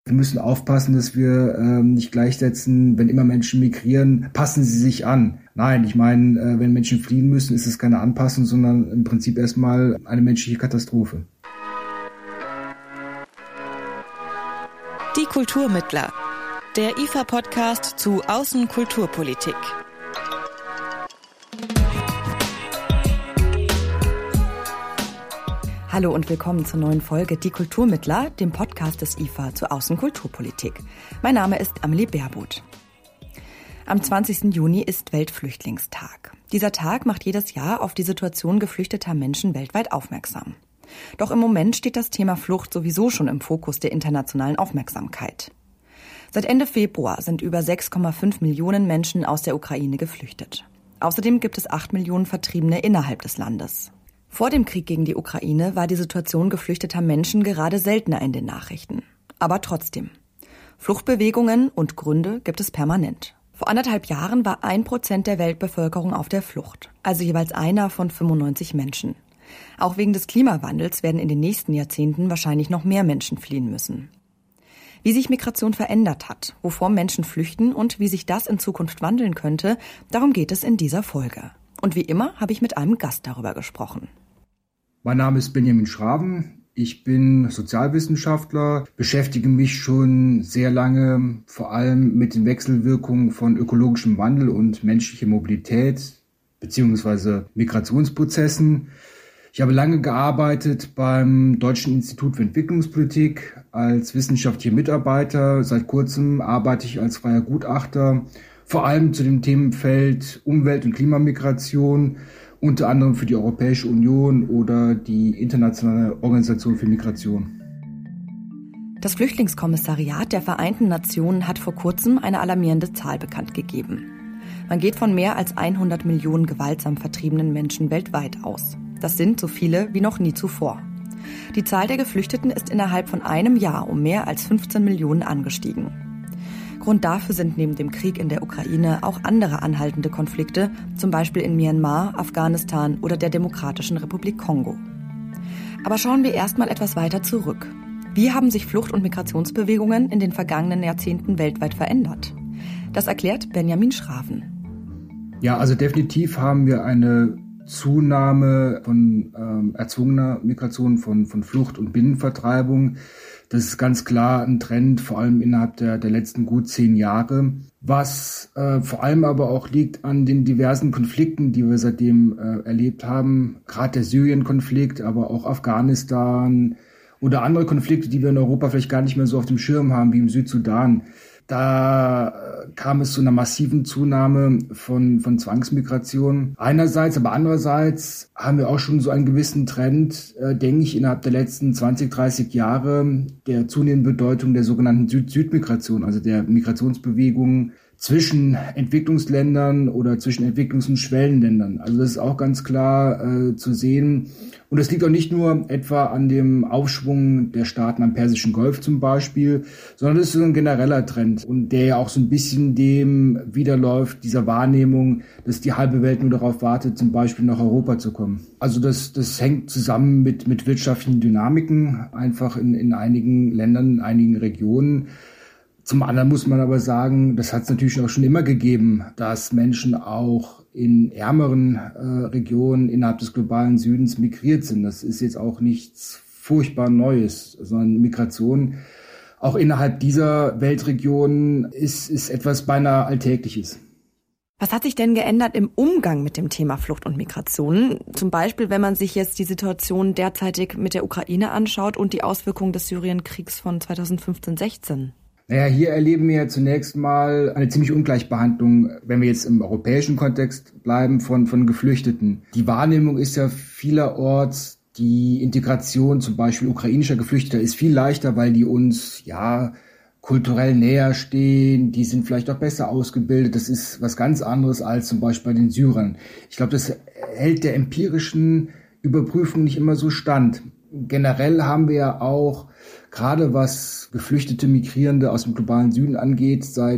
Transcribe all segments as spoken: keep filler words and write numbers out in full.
Wir müssen aufpassen, dass wir ähm, nicht gleichsetzen, wenn immer Menschen migrieren, passen sie sich an. Nein, ich meine, äh, wenn Menschen fliehen müssen, ist es keine Anpassung, sondern im Prinzip erstmal eine menschliche Katastrophe. Die Kulturmittler, der I F A-Podcast zu Außenkulturpolitik. Hallo und willkommen zur neuen Folge Die Kulturmittler, dem Podcast des I F A zur Außenkulturpolitik. Mein Name ist Amelie Baerbuth. Am zwanzigsten Juni ist Weltflüchtlingstag. Dieser Tag macht jedes Jahr auf die Situation geflüchteter Menschen weltweit aufmerksam. Doch im Moment steht das Thema Flucht sowieso schon im Fokus der internationalen Aufmerksamkeit. Seit Ende Februar sind über sechs Komma fünf Millionen Menschen aus der Ukraine geflüchtet. Außerdem gibt es acht Millionen Vertriebene innerhalb des Landes. Vor dem Krieg gegen die Ukraine war die Situation geflüchteter Menschen gerade seltener in den Nachrichten. Aber trotzdem. Fluchtbewegungen und Gründe gibt es permanent. Vor anderthalb Jahren war ein Prozent der Weltbevölkerung auf der Flucht, also jeweils einer von fünfundneunzig Menschen. Auch wegen des Klimawandels werden in den nächsten Jahrzehnten wahrscheinlich noch mehr Menschen fliehen müssen. Wie sich Migration verändert hat, wovor Menschen flüchten und wie sich das in Zukunft wandeln könnte, darum geht es in dieser Folge. Und wie immer habe ich mit einem Gast darüber gesprochen. Mein Name ist Benjamin Schraven. Ich bin Sozialwissenschaftler, beschäftige mich schon sehr lange vor allem mit den Wechselwirkungen von ökologischem Wandel und menschlicher Mobilität bzw. Migrationsprozessen. Ich habe lange gearbeitet beim Deutschen Institut für Entwicklungspolitik als wissenschaftlicher Mitarbeiter. Seit kurzem arbeite ich als freier Gutachter, vor allem zu dem Themenfeld Umwelt- und Klimamigration, unter anderem für die Europäische Union oder die Internationale Organisation für Migration. Das Flüchtlingskommissariat der Vereinten Nationen hat vor kurzem eine alarmierende Zahl bekannt gegeben. Man geht von mehr als hundert Millionen gewaltsam vertriebenen Menschen weltweit aus. Das sind so viele wie noch nie zuvor. Die Zahl der Geflüchteten ist innerhalb von einem Jahr um mehr als fünfzehn Millionen angestiegen. Grund dafür sind neben dem Krieg in der Ukraine auch andere anhaltende Konflikte, zum Beispiel in Myanmar, Afghanistan oder der Demokratischen Republik Kongo. Aber schauen wir erstmal etwas weiter zurück. Wie haben sich Flucht- und Migrationsbewegungen in den vergangenen Jahrzehnten weltweit verändert? Das erklärt Benjamin Schraven. Ja, also definitiv haben wir eine Zunahme von ähm, erzwungener Migration, von, von Flucht und Binnenvertreibung. Das ist ganz klar ein Trend, vor allem innerhalb der, der letzten gut zehn Jahre, was äh, vor allem aber auch liegt an den diversen Konflikten, die wir seitdem äh, erlebt haben. Gerade der Syrien-Konflikt, aber auch Afghanistan oder andere Konflikte, die wir in Europa vielleicht gar nicht mehr so auf dem Schirm haben, wie im Südsudan. Da kam es zu einer massiven Zunahme von, von Zwangsmigration. Einerseits, aber andererseits haben wir auch schon so einen gewissen Trend, äh, denke ich, innerhalb der letzten zwanzig, dreißig Jahre der zunehmenden Bedeutung der sogenannten Süd-Süd-Migration, also der Migrationsbewegungen zwischen Entwicklungsländern oder zwischen Entwicklungs- und Schwellenländern. Also das ist auch ganz klar äh, zu sehen. Und das liegt auch nicht nur etwa an dem Aufschwung der Staaten am Persischen Golf zum Beispiel, sondern das ist so ein genereller Trend und der ja auch so ein bisschen dem widerläuft, dieser Wahrnehmung, dass die halbe Welt nur darauf wartet, zum Beispiel nach Europa zu kommen. Also das, das hängt zusammen mit, mit wirtschaftlichen Dynamiken, einfach in, in einigen Ländern, in einigen Regionen. Zum anderen muss man aber sagen, das hat es natürlich auch schon immer gegeben, dass Menschen auch in ärmeren äh, Regionen innerhalb des globalen Südens migriert sind. Das ist jetzt auch nichts furchtbar Neues, sondern Migration auch innerhalb dieser Weltregionen ist, ist etwas beinahe Alltägliches. Was hat sich denn geändert im Umgang mit dem Thema Flucht und Migration? Zum Beispiel, wenn man sich jetzt die Situation derzeitig mit der Ukraine anschaut und die Auswirkungen des Syrienkriegs von zweitausendfünfzehn sechzehn. Naja, hier erleben wir ja zunächst mal eine ziemlich Ungleichbehandlung, wenn wir jetzt im europäischen Kontext bleiben, von, von Geflüchteten. Die Wahrnehmung ist ja vielerorts, die Integration zum Beispiel ukrainischer Geflüchteter ist viel leichter, weil die uns, ja, kulturell näher stehen, die sind vielleicht auch besser ausgebildet. Das ist was ganz anderes als zum Beispiel bei den Syrern. Ich glaube, das hält der empirischen Überprüfung nicht immer so stand. Generell haben wir ja auch, gerade was Geflüchtete, Migrierende aus dem globalen Süden angeht, seit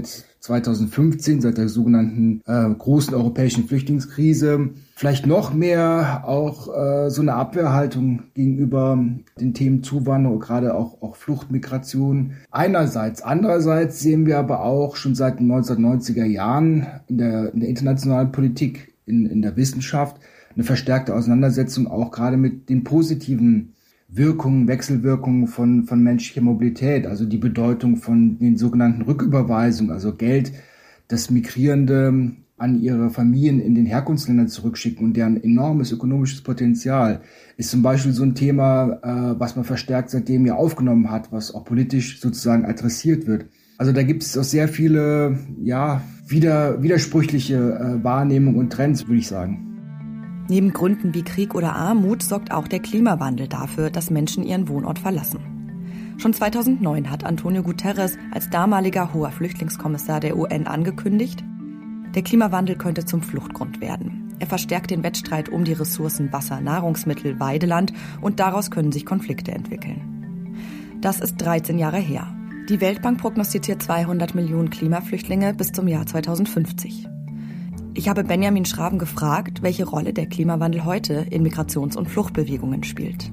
zweitausendfünfzehn, seit der sogenannten äh, großen europäischen Flüchtlingskrise, vielleicht noch mehr auch äh, so eine Abwehrhaltung gegenüber den Themen Zuwanderung, gerade auch, auch Fluchtmigration. Einerseits. Andererseits sehen wir aber auch schon seit den neunzehnhundertneunziger Jahren in der, in der internationalen Politik, in, in der Wissenschaft, eine verstärkte Auseinandersetzung auch gerade mit den positiven Wirkungen, Wechselwirkungen von, von menschlicher Mobilität, also die Bedeutung von den sogenannten Rücküberweisungen, also Geld, das Migrierende an ihre Familien in den Herkunftsländern zurückschicken und deren enormes ökonomisches Potenzial ist zum Beispiel so ein Thema, äh, was man verstärkt seitdem ja aufgenommen hat, was auch politisch sozusagen adressiert wird. Also da gibt es auch sehr viele, ja, wieder, widersprüchliche äh, Wahrnehmungen und Trends, würde ich sagen. Neben Gründen wie Krieg oder Armut sorgt auch der Klimawandel dafür, dass Menschen ihren Wohnort verlassen. Schon zweitausendneun hat Antonio Guterres als damaliger hoher Flüchtlingskommissar der U N angekündigt, der Klimawandel könnte zum Fluchtgrund werden. Er verstärkt den Wettstreit um die Ressourcen Wasser, Nahrungsmittel, Weideland und daraus können sich Konflikte entwickeln. Das ist dreizehn Jahre her. Die Weltbank prognostiziert zweihundert Millionen Klimaflüchtlinge bis zum Jahr zweitausendfünfzig. Ich habe Benjamin Schraven gefragt, welche Rolle der Klimawandel heute in Migrations- und Fluchtbewegungen spielt.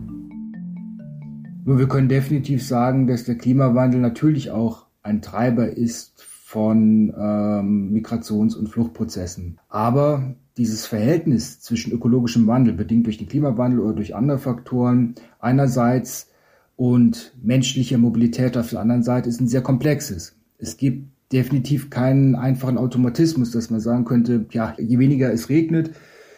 Nur wir können definitiv sagen, dass der Klimawandel natürlich auch ein Treiber ist von ähm, Migrations- und Fluchtprozessen. Aber dieses Verhältnis zwischen ökologischem Wandel, bedingt durch den Klimawandel oder durch andere Faktoren, einerseits und menschlicher Mobilität auf der anderen Seite, ist ein sehr komplexes. Es gibt definitiv keinen einfachen Automatismus, dass man sagen könnte, ja, je weniger es regnet,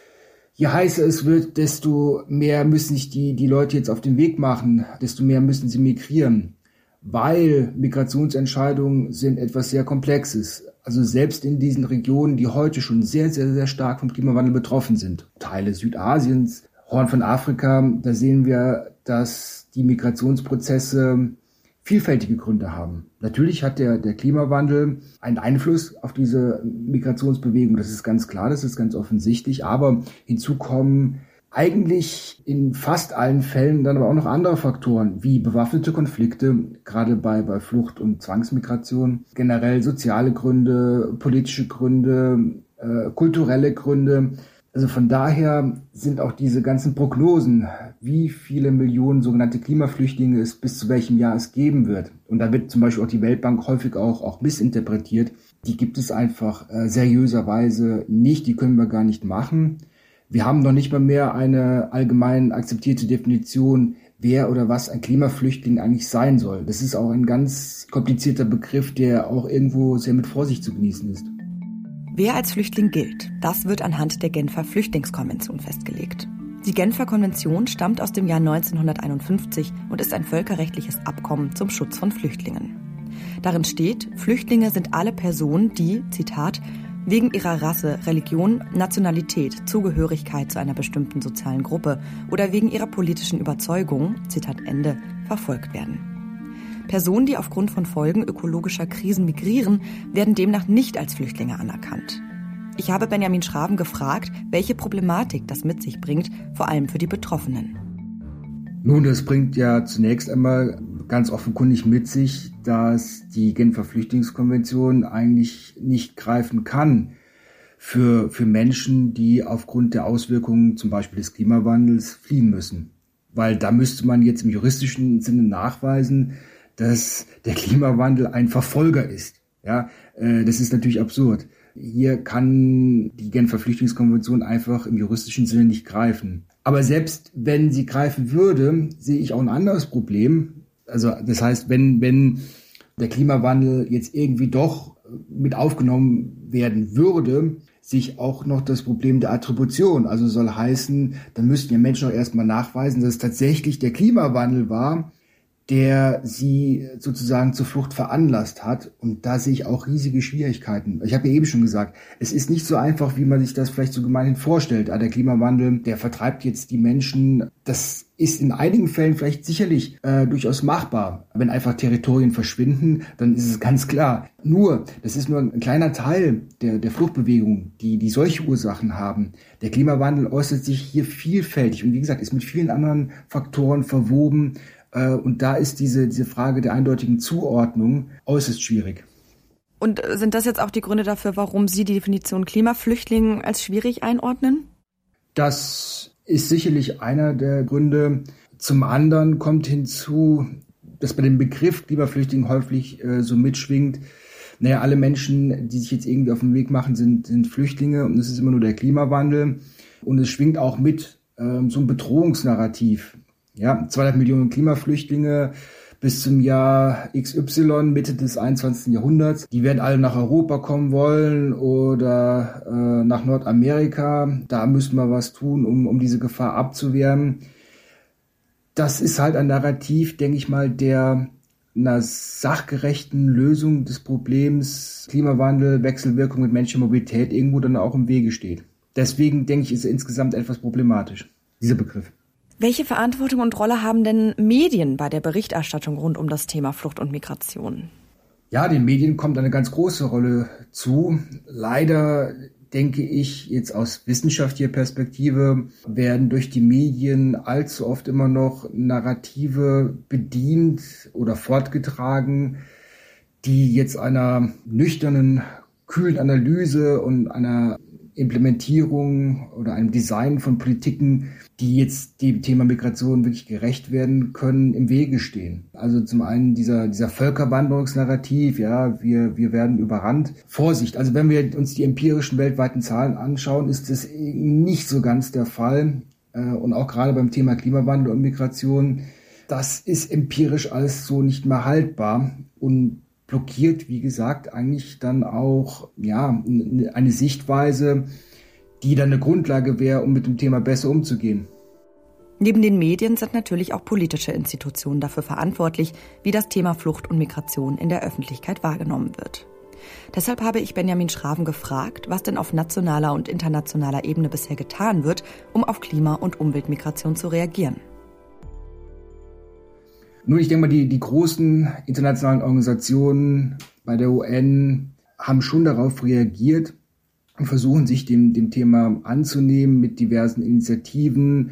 je heißer es wird, desto mehr müssen sich die, die Leute jetzt auf den Weg machen, desto mehr müssen sie migrieren, weil Migrationsentscheidungen sind etwas sehr Komplexes. Also selbst in diesen Regionen, die heute schon sehr, sehr, sehr stark vom Klimawandel betroffen sind, Teile Südasiens, Horn von Afrika, da sehen wir, dass die Migrationsprozesse vielfältige Gründe haben. Natürlich hat der, der Klimawandel einen Einfluss auf diese Migrationsbewegung, das ist ganz klar, das ist ganz offensichtlich, aber hinzu kommen eigentlich in fast allen Fällen dann aber auch noch andere Faktoren, wie bewaffnete Konflikte, gerade bei, bei Flucht- und Zwangsmigration, generell soziale Gründe, politische Gründe, äh, kulturelle Gründe. Also von daher sind auch diese ganzen Prognosen, wie viele Millionen sogenannte Klimaflüchtlinge es bis zu welchem Jahr es geben wird. Und da wird zum Beispiel auch die Weltbank häufig auch, auch missinterpretiert. Die gibt es einfach äh, seriöserweise nicht, die können wir gar nicht machen. Wir haben noch nicht mal mehr eine allgemein akzeptierte Definition, wer oder was ein Klimaflüchtling eigentlich sein soll. Das ist auch ein ganz komplizierter Begriff, der auch irgendwo sehr mit Vorsicht zu genießen ist. Wer als Flüchtling gilt, das wird anhand der Genfer Flüchtlingskonvention festgelegt. Die Genfer Konvention stammt aus dem Jahr neunzehnhunderteinundfünfzig und ist ein völkerrechtliches Abkommen zum Schutz von Flüchtlingen. Darin steht, Flüchtlinge sind alle Personen, die, Zitat, wegen ihrer Rasse, Religion, Nationalität, Zugehörigkeit zu einer bestimmten sozialen Gruppe oder wegen ihrer politischen Überzeugung, Zitat Ende, verfolgt werden. Personen, die aufgrund von Folgen ökologischer Krisen migrieren, werden demnach nicht als Flüchtlinge anerkannt. Ich habe Benjamin Schraven gefragt, welche Problematik das mit sich bringt, vor allem für die Betroffenen. Nun, das bringt ja zunächst einmal ganz offenkundig mit sich, dass die Genfer Flüchtlingskonvention eigentlich nicht greifen kann für, für Menschen, die aufgrund der Auswirkungen zum Beispiel des Klimawandels fliehen müssen. Weil da müsste man jetzt im juristischen Sinne nachweisen, dass der Klimawandel ein Verfolger ist. Ja, äh, das ist natürlich absurd. Hier kann die Genfer Flüchtlingskonvention einfach im juristischen Sinne nicht greifen. Aber selbst wenn sie greifen würde, sehe ich auch ein anderes Problem. Also das heißt, wenn, wenn der Klimawandel jetzt irgendwie doch mit aufgenommen werden würde, sich auch noch das Problem der Attribution. Also soll heißen, dann müssten ja Menschen auch erstmal nachweisen, dass es tatsächlich der Klimawandel war, der sie sozusagen zur Flucht veranlasst hat. Und da sehe ich auch riesige Schwierigkeiten. Ich habe ja eben schon gesagt, es ist nicht so einfach, wie man sich das vielleicht so gemeinhin vorstellt. Der Klimawandel, der vertreibt jetzt die Menschen. Das ist in einigen Fällen vielleicht sicherlich äh, durchaus machbar. Wenn einfach Territorien verschwinden, dann ist es ganz klar. Nur, das ist nur ein kleiner Teil der, der Fluchtbewegung, die, die solche Ursachen haben. Der Klimawandel äußert sich hier vielfältig und wie gesagt, ist mit vielen anderen Faktoren verwoben. Und da ist diese, diese Frage der eindeutigen Zuordnung äußerst schwierig. Und sind das jetzt auch die Gründe dafür, warum Sie die Definition Klimaflüchtling als schwierig einordnen? Das ist sicherlich einer der Gründe. Zum anderen kommt hinzu, dass bei dem Begriff Klimaflüchtling häufig äh, so mitschwingt, naja, alle Menschen, die sich jetzt irgendwie auf den Weg machen, sind, sind Flüchtlinge und es ist immer nur der Klimawandel. Und es schwingt auch mit ähm, so ein Bedrohungsnarrativ. Ja, zweihundert Millionen Klimaflüchtlinge bis zum Jahr X Y, Mitte des einundzwanzigsten Jahrhunderts. Die werden alle nach Europa kommen wollen oder äh, nach Nordamerika. Da müssen wir was tun, um, um diese Gefahr abzuwehren. Das ist halt ein Narrativ, denke ich mal, der einer sachgerechten Lösung des Problems Klimawandel, Wechselwirkung mit menschlicher Mobilität irgendwo dann auch im Wege steht. Deswegen denke ich, ist er insgesamt etwas problematisch, dieser Begriff. Welche Verantwortung und Rolle haben denn Medien bei der Berichterstattung rund um das Thema Flucht und Migration? Ja, den Medien kommt eine ganz große Rolle zu. Leider denke ich, jetzt aus wissenschaftlicher Perspektive werden durch die Medien allzu oft immer noch Narrative bedient oder fortgetragen, die jetzt einer nüchternen, kühlen Analyse und einer Implementierung oder einem Design von Politiken, die jetzt dem Thema Migration wirklich gerecht werden können, im Wege stehen. Also zum einen dieser, dieser Völkerwanderungsnarrativ, ja, wir, wir werden überrannt. Vorsicht, also wenn wir uns die empirischen weltweiten Zahlen anschauen, ist das nicht so ganz der Fall. Und auch gerade beim Thema Klimawandel und Migration, das ist empirisch alles so nicht mehr haltbar und blockiert, wie gesagt, eigentlich dann auch ja eine Sichtweise, die dann eine Grundlage wäre, um mit dem Thema besser umzugehen. Neben den Medien sind natürlich auch politische Institutionen dafür verantwortlich, wie das Thema Flucht und Migration in der Öffentlichkeit wahrgenommen wird. Deshalb habe ich Benjamin Schraven gefragt, was denn auf nationaler und internationaler Ebene bisher getan wird, um auf Klima- und Umweltmigration zu reagieren. Nun, ich denke mal, die, die großen internationalen Organisationen bei der U N haben schon darauf reagiert und versuchen sich dem, dem Thema anzunehmen mit diversen Initiativen,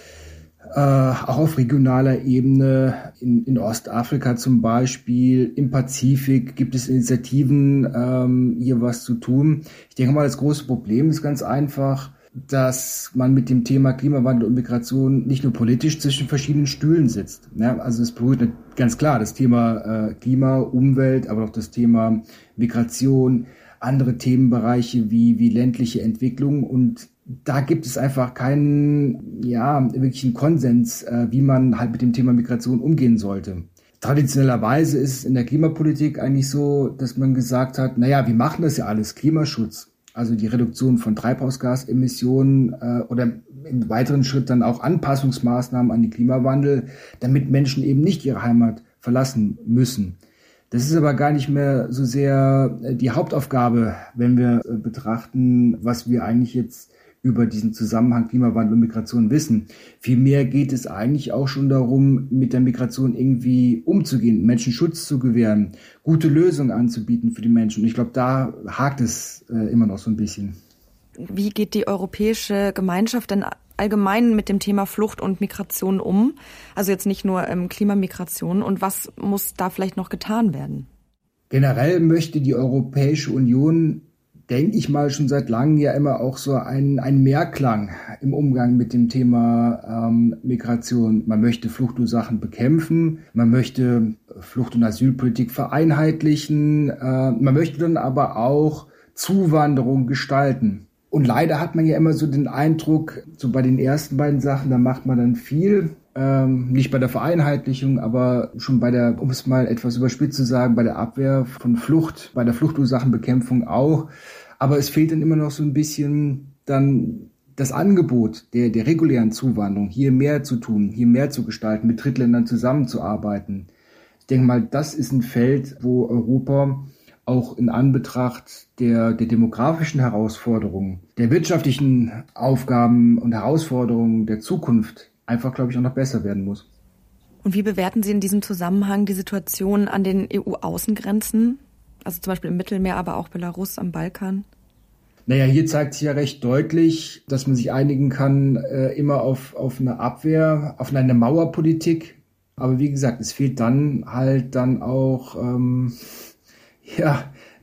äh, auch auf regionaler Ebene. In, in Ostafrika zum Beispiel, im Pazifik gibt es Initiativen, ähm, hier was zu tun. Ich denke mal, das große Problem ist ganz einfach, dass man mit dem Thema Klimawandel und Migration nicht nur politisch zwischen verschiedenen Stühlen sitzt. Ja, also es berührt ganz klar das Thema äh, Klima, Umwelt, aber auch das Thema Migration, andere Themenbereiche wie, wie ländliche Entwicklung. Und da gibt es einfach keinen, ja, wirklichen Konsens, äh, wie man halt mit dem Thema Migration umgehen sollte. Traditionellerweise ist es in der Klimapolitik eigentlich so, dass man gesagt hat, naja, wir machen das ja alles, Klimaschutz. Also die Reduktion von Treibhausgasemissionen äh, oder im weiteren Schritt dann auch Anpassungsmaßnahmen an den Klimawandel, damit Menschen eben nicht ihre Heimat verlassen müssen. Das ist aber gar nicht mehr so sehr die Hauptaufgabe, wenn wir äh, betrachten, was wir eigentlich jetzt über diesen Zusammenhang Klimawandel und Migration wissen. Vielmehr geht es eigentlich auch schon darum, mit der Migration irgendwie umzugehen, Menschen Schutz zu gewähren, gute Lösungen anzubieten für die Menschen. Und ich glaube, da hakt es äh, immer noch so ein bisschen. Wie geht die europäische Gemeinschaft denn allgemein mit dem Thema Flucht und Migration um? Also jetzt nicht nur ähm, Klimamigration. Und was muss da vielleicht noch getan werden? Generell möchte die Europäische Union, denke ich mal, schon seit langem ja immer auch so einen, einen Mehrklang im Umgang mit dem Thema ähm, Migration. Man möchte Fluchtursachen bekämpfen, man möchte Flucht- und Asylpolitik vereinheitlichen, äh, man möchte dann aber auch Zuwanderung gestalten. Und leider hat man ja immer so den Eindruck, so bei den ersten beiden Sachen, da macht man dann viel, ähm, nicht bei der Vereinheitlichung, aber schon bei der, um es mal etwas überspitzt zu sagen, bei der Abwehr von Flucht, bei der Fluchtursachenbekämpfung auch. Aber es fehlt dann immer noch so ein bisschen dann das Angebot der, der regulären Zuwanderung, hier mehr zu tun, hier mehr zu gestalten, mit Drittländern zusammenzuarbeiten. Ich denke mal, das ist ein Feld, wo Europa auch in Anbetracht der, der demografischen Herausforderungen, der wirtschaftlichen Aufgaben und Herausforderungen der Zukunft einfach, glaube ich, auch noch besser werden muss. Und wie bewerten Sie in diesem Zusammenhang die Situation an den E U-Außengrenzen? Also zum Beispiel im Mittelmeer, aber auch Belarus am Balkan? Naja, hier zeigt sich ja recht deutlich, dass man sich einigen kann, äh, immer auf, auf eine Abwehr, auf eine Mauerpolitik. Aber wie gesagt, es fehlt dann halt dann auch, ähm, ja,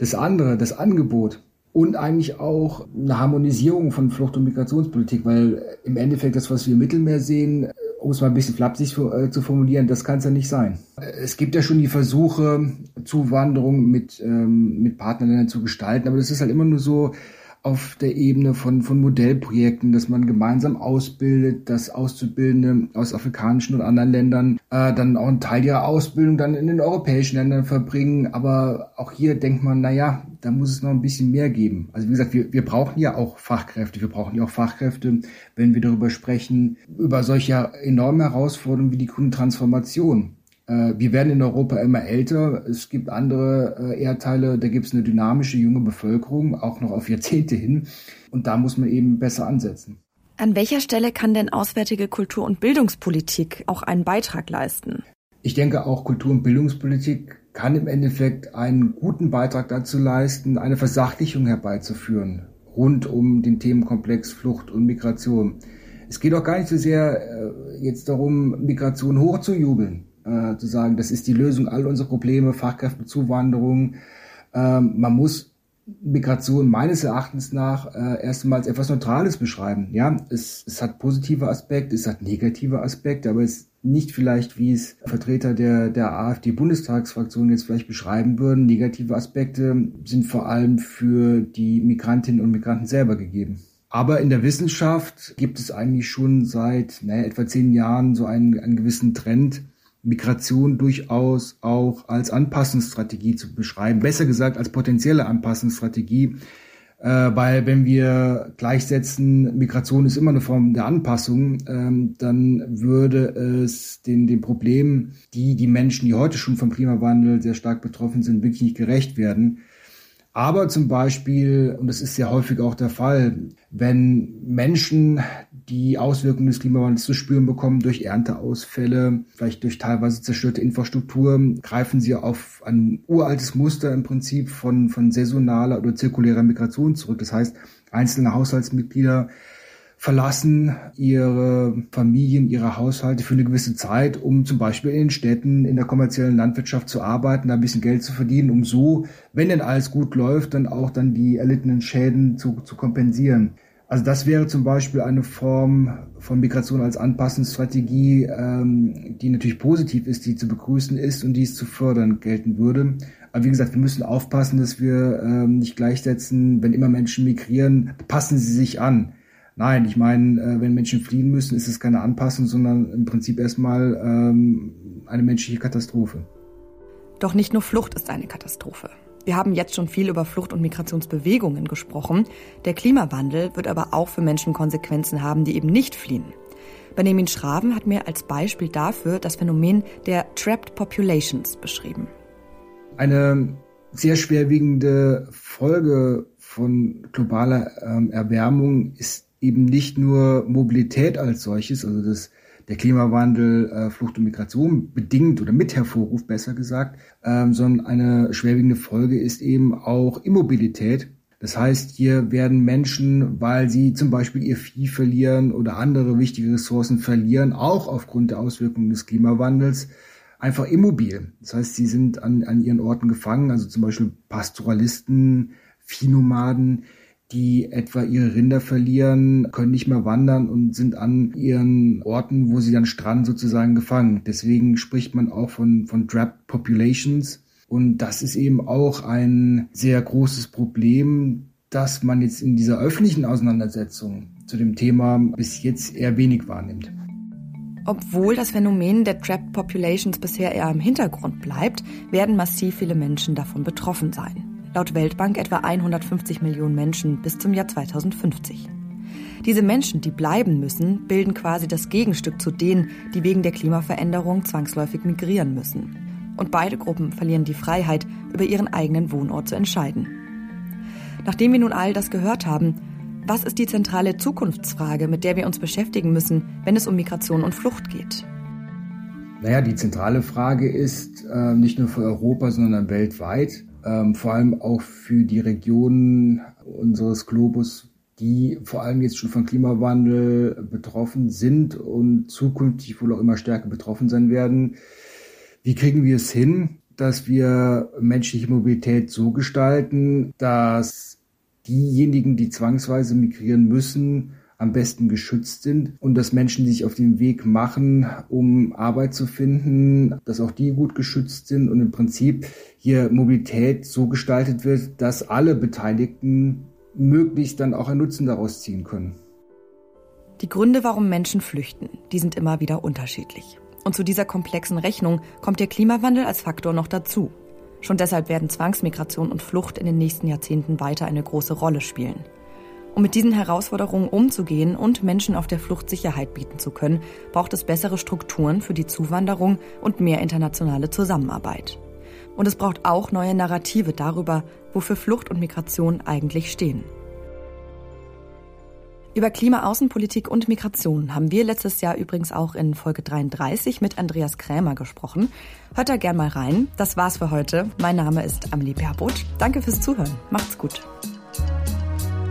Das andere, das Angebot und eigentlich auch eine Harmonisierung von Flucht- und Migrationspolitik, weil im Endeffekt das, was wir im Mittelmeer sehen, um es mal ein bisschen flapsig zu formulieren, das kann es ja nicht sein. Es gibt ja schon die Versuche, Zuwanderung mit, ähm, mit Partnerländern zu gestalten, aber das ist halt immer nur so auf der Ebene von, von Modellprojekten, dass man gemeinsam ausbildet, dass Auszubildende aus afrikanischen und anderen Ländern äh, dann auch einen Teil ihrer Ausbildung dann in den europäischen Ländern verbringen. Aber auch hier denkt man, na ja, da muss es noch ein bisschen mehr geben. Also wie gesagt, wir, wir brauchen ja auch Fachkräfte. Wir brauchen ja auch Fachkräfte, wenn wir darüber sprechen, über solche enormen Herausforderungen wie die grüne Transformation. Wir werden in Europa immer älter. Es gibt andere Erdteile, da gibt es eine dynamische junge Bevölkerung, auch noch auf Jahrzehnte hin. Und da muss man eben besser ansetzen. An welcher Stelle kann denn auswärtige Kultur- und Bildungspolitik auch einen Beitrag leisten? Ich denke, auch Kultur- und Bildungspolitik kann im Endeffekt einen guten Beitrag dazu leisten, eine Versachlichung herbeizuführen rund um den Themenkomplex Flucht und Migration. Es geht auch gar nicht so sehr äh, jetzt darum, Migration hochzujubeln. Äh, zu sagen, das ist die Lösung all unserer Probleme, Fachkräftezuwanderung. Ähm, man muss Migration meines Erachtens nach äh, erstmals etwas Neutrales beschreiben. Ja, es, es hat positive Aspekte, es hat negative Aspekte, aber es ist nicht vielleicht, wie es Vertreter der, der AfD-Bundestagsfraktion jetzt vielleicht beschreiben würden. Negative Aspekte sind vor allem für die Migrantinnen und Migranten selber gegeben. Aber in der Wissenschaft gibt es eigentlich schon seit naja, etwa zehn Jahren so einen, einen gewissen Trend, Migration durchaus auch als Anpassungsstrategie zu beschreiben. Besser gesagt als potenzielle Anpassungsstrategie, äh, weil wenn wir gleichsetzen, Migration ist immer eine Form der Anpassung, ähm, dann würde es den, den Problemen, die die Menschen, die heute schon vom Klimawandel sehr stark betroffen sind, wirklich nicht gerecht werden. Aber zum Beispiel, und das ist sehr häufig auch der Fall, wenn Menschen die Auswirkungen des Klimawandels zu spüren bekommen durch Ernteausfälle, vielleicht durch teilweise zerstörte Infrastruktur, greifen sie auf ein uraltes Muster im Prinzip von, von saisonaler oder zirkulärer Migration zurück. Das heißt, einzelne Haushaltsmitglieder verlassen ihre Familien, ihre Haushalte für eine gewisse Zeit, um zum Beispiel in den Städten, in der kommerziellen Landwirtschaft zu arbeiten, da ein bisschen Geld zu verdienen, um so, wenn denn alles gut läuft, dann auch dann die erlittenen Schäden zu, zu kompensieren. Also das wäre zum Beispiel eine Form von Migration als Anpassungsstrategie, ähm, die natürlich positiv ist, die zu begrüßen ist und die es zu fördern gelten würde. Aber wie gesagt, wir müssen aufpassen, dass wir ähm, nicht gleichsetzen, wenn immer Menschen migrieren, passen sie sich an. Nein, ich meine, wenn Menschen fliehen müssen, ist es keine Anpassung, sondern im Prinzip erstmal ähm, eine menschliche Katastrophe. Doch nicht nur Flucht ist eine Katastrophe. Wir haben jetzt schon viel über Flucht- und Migrationsbewegungen gesprochen. Der Klimawandel wird aber auch für Menschen Konsequenzen haben, die eben nicht fliehen. Benjamin Schraven hat mir als Beispiel dafür das Phänomen der Trapped Populations beschrieben. Eine sehr schwerwiegende Folge von globaler ähm, Erwärmung ist eben nicht nur Mobilität als solches, also das der Klimawandel äh, Flucht und Migration bedingt oder mit hervorruft, besser gesagt, ähm, sondern eine schwerwiegende Folge ist eben auch Immobilität. Das heißt, hier werden Menschen, weil sie zum Beispiel ihr Vieh verlieren oder andere wichtige Ressourcen verlieren, auch aufgrund der Auswirkungen des Klimawandels, einfach immobil. Das heißt, sie sind an, an ihren Orten gefangen, also zum Beispiel Pastoralisten, Viehnomaden, die etwa ihre Rinder verlieren, können nicht mehr wandern und sind an ihren Orten, wo sie dann stranden, sozusagen gefangen. Deswegen spricht man auch von, von Trapped Populations. Und das ist eben auch ein sehr großes Problem, das man jetzt in dieser öffentlichen Auseinandersetzung zu dem Thema bis jetzt eher wenig wahrnimmt. Obwohl das Phänomen der Trapped Populations bisher eher im Hintergrund bleibt, werden massiv viele Menschen davon betroffen sein. Laut Weltbank etwa hundertfünfzig Millionen Menschen bis zum Jahr zweitausendfünfzig. Diese Menschen, die bleiben müssen, bilden quasi das Gegenstück zu denen, die wegen der Klimaveränderung zwangsläufig migrieren müssen. Und beide Gruppen verlieren die Freiheit, über ihren eigenen Wohnort zu entscheiden. Nachdem wir nun all das gehört haben, was ist die zentrale Zukunftsfrage, mit der wir uns beschäftigen müssen, wenn es um Migration und Flucht geht? Naja, die zentrale Frage ist äh, nicht nur für Europa, sondern weltweit, ähm, vor allem auch für die Regionen unseres Globus, die vor allem jetzt schon von Klimawandel betroffen sind und zukünftig wohl auch immer stärker betroffen sein werden. Wie kriegen wir es hin, dass wir menschliche Mobilität so gestalten, dass diejenigen, die zwangsweise migrieren müssen, am besten geschützt sind und dass Menschen sich auf den Weg machen, um Arbeit zu finden, dass auch die gut geschützt sind und im Prinzip hier Mobilität so gestaltet wird, dass alle Beteiligten möglichst dann auch einen Nutzen daraus ziehen können. Die Gründe, warum Menschen flüchten, die sind immer wieder unterschiedlich. Und zu dieser komplexen Rechnung kommt der Klimawandel als Faktor noch dazu. Schon deshalb werden Zwangsmigration und Flucht in den nächsten Jahrzehnten weiter eine große Rolle spielen. Um mit diesen Herausforderungen umzugehen und Menschen auf der Flucht Sicherheit bieten zu können, braucht es bessere Strukturen für die Zuwanderung und mehr internationale Zusammenarbeit. Und es braucht auch neue Narrative darüber, wofür Flucht und Migration eigentlich stehen. Über Klimaaußenpolitik und Migration haben wir letztes Jahr übrigens auch in Folge dreiunddreißig mit Andreas Krämer gesprochen. Hört da gern mal rein. Das war's für heute. Mein Name ist Amelie Baerboth. Danke fürs Zuhören. Macht's gut.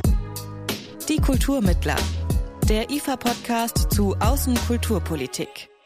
Die Kulturmittler, der I F A-Podcast zu Außenkulturpolitik.